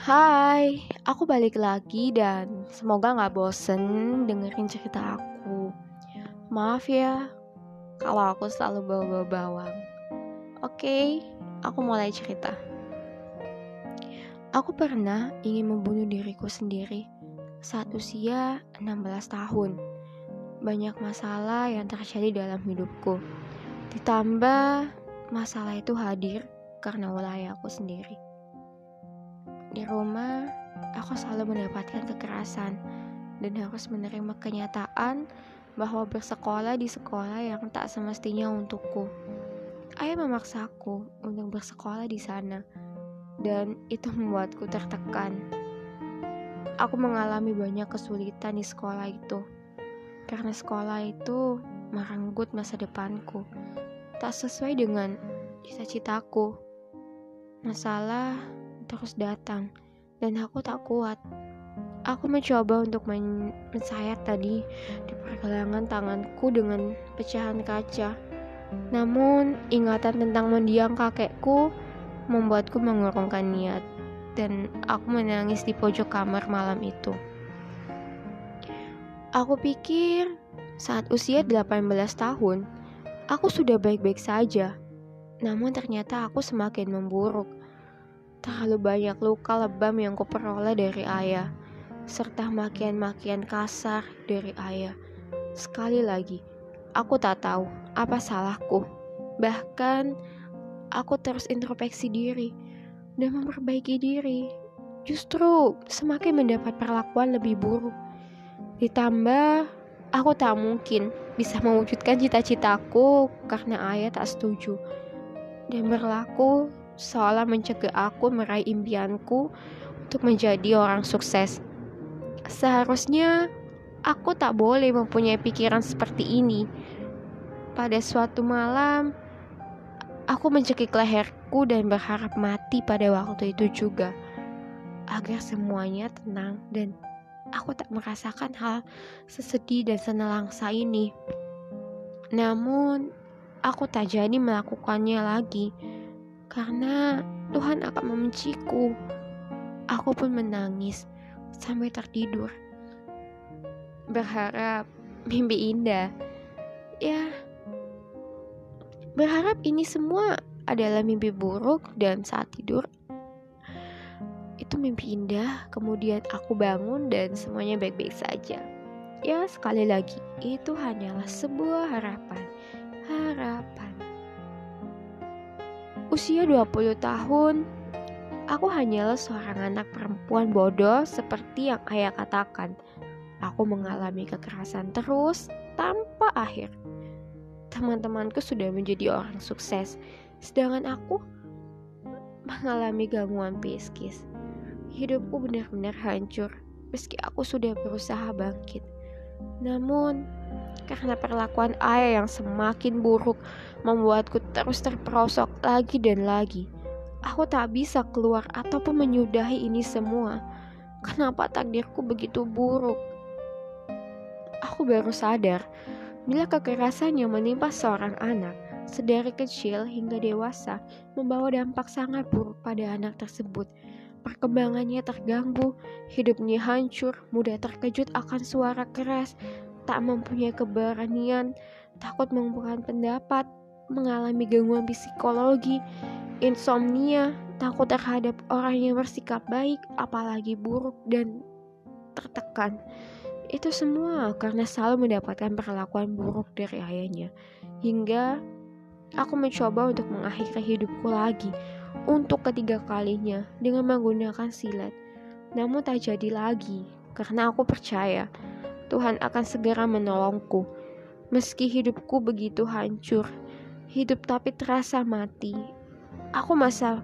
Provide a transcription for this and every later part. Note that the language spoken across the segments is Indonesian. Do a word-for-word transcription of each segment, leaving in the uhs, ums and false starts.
Hai, aku balik lagi dan semoga gak bosen dengerin cerita aku. Maaf ya, kalau aku selalu bawa-bawa bawang. Oke, aku mulai cerita. Aku pernah ingin membunuh diriku sendiri saat usia enam belas tahun. Banyak masalah yang terjadi dalam hidupku. Ditambah masalah itu hadir karena ulah aku sendiri. Di rumah, aku selalu mendapatkan kekerasan dan harus menerima kenyataan bahwa bersekolah di sekolah yang tak semestinya untukku. Ayah memaksaku untuk bersekolah di sana dan itu membuatku tertekan. Aku mengalami banyak kesulitan di sekolah itu karena sekolah itu merenggut masa depanku, tak sesuai dengan cita-citaku. Masalah terus datang dan aku tak kuat. Aku mencoba untuk men- mensayat tadi di pergelangan tanganku dengan pecahan kaca. Namun ingatan tentang mendiang kakekku membuatku mengurungkan niat dan aku menangis di pojok kamar malam itu. Aku pikir saat usia delapan belas tahun aku sudah baik-baik saja. Namun ternyata aku semakin memburuk. Terlalu banyak luka lebam yang kuperoleh dari ayah, serta makian-makian kasar dari ayah. Sekali lagi, aku tak tahu apa salahku. Bahkan, aku terus introspeksi diri dan memperbaiki diri. Justru semakin mendapat perlakuan lebih buruk. Ditambah, aku tak mungkin bisa mewujudkan cita-citaku karena ayah tak setuju dan berlaku seolah mencegah aku meraih impianku untuk menjadi orang sukses. Seharusnya aku tak boleh mempunyai pikiran seperti ini. Pada suatu malam, aku mencekik leherku dan berharap mati pada waktu itu juga, agar semuanya tenang dan aku tak merasakan hal sesedih dan senelangsa ini. Namun, aku tak jadi melakukannya lagi karena Tuhan akan membenciku. Aku pun menangis sampai tertidur, berharap mimpi indah. Ya, berharap ini semua adalah mimpi buruk dan saat tidur itu mimpi indah. Kemudian aku bangun dan semuanya baik-baik saja. Ya, sekali lagi, itu hanyalah sebuah harapan. Harapan. Usia dua puluh tahun, aku hanyalah seorang anak perempuan bodoh seperti yang ayah katakan. Aku mengalami kekerasan terus tanpa akhir. Teman-temanku sudah menjadi orang sukses, sedangkan aku mengalami gangguan psikis. Hidupku benar-benar hancur meski aku sudah berusaha bangkit. Namun, karena perlakuan ayah yang semakin buruk membuatku terus terperosok lagi dan lagi. Aku tak bisa keluar ataupun menyudahi ini semua. Kenapa takdirku begitu buruk? Aku baru sadar bila kekerasan yang menimpa seorang anak sedari kecil hingga dewasa membawa dampak sangat buruk pada anak tersebut. Perkembangannya terganggu, hidupnya hancur, mudah terkejut akan suara keras, tak mempunyai keberanian, takut mengungkapkan pendapat, mengalami gangguan psikologi, insomnia, takut terhadap orang yang bersikap baik, apalagi buruk dan tertekan. Itu semua karena selalu mendapatkan perlakuan buruk dari ayahnya. Hingga aku mencoba untuk mengakhiri hidupku lagi untuk ketiga kalinya dengan menggunakan silat. Namun tak jadi lagi karena aku percaya Tuhan akan segera menolongku. Meski hidupku begitu hancur, hidup tapi terasa mati, aku masa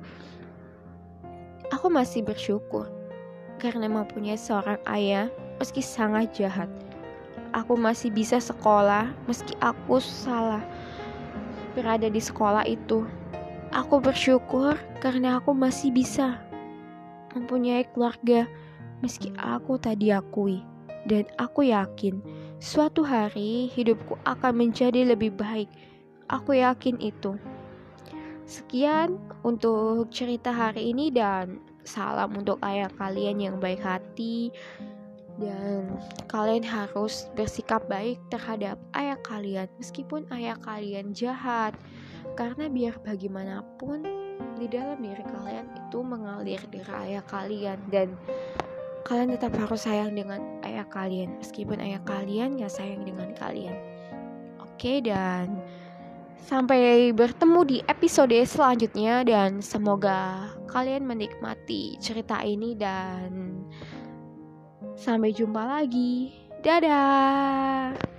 aku masih bersyukur karena mempunyai seorang ayah meski sangat jahat. Aku masih bisa sekolah meski aku salah berada di sekolah itu. Aku bersyukur karena aku masih bisa mempunyai keluarga meski aku tak diakui. Dan aku yakin suatu hari hidupku akan menjadi lebih baik. Aku yakin itu. Sekian untuk cerita hari ini dan salam untuk ayah kalian yang baik hati. Dan kalian harus bersikap baik terhadap ayah kalian meskipun ayah kalian jahat. Karena biar bagaimanapun di dalam diri kalian itu mengalir darah ayah kalian. Dan kalian tetap harus sayang dengan ayah kalian meskipun ayah kalian gak sayang dengan kalian. Oke, dan sampai bertemu di episode selanjutnya. Dan semoga kalian menikmati cerita ini. Dan sampai jumpa lagi. Dadah.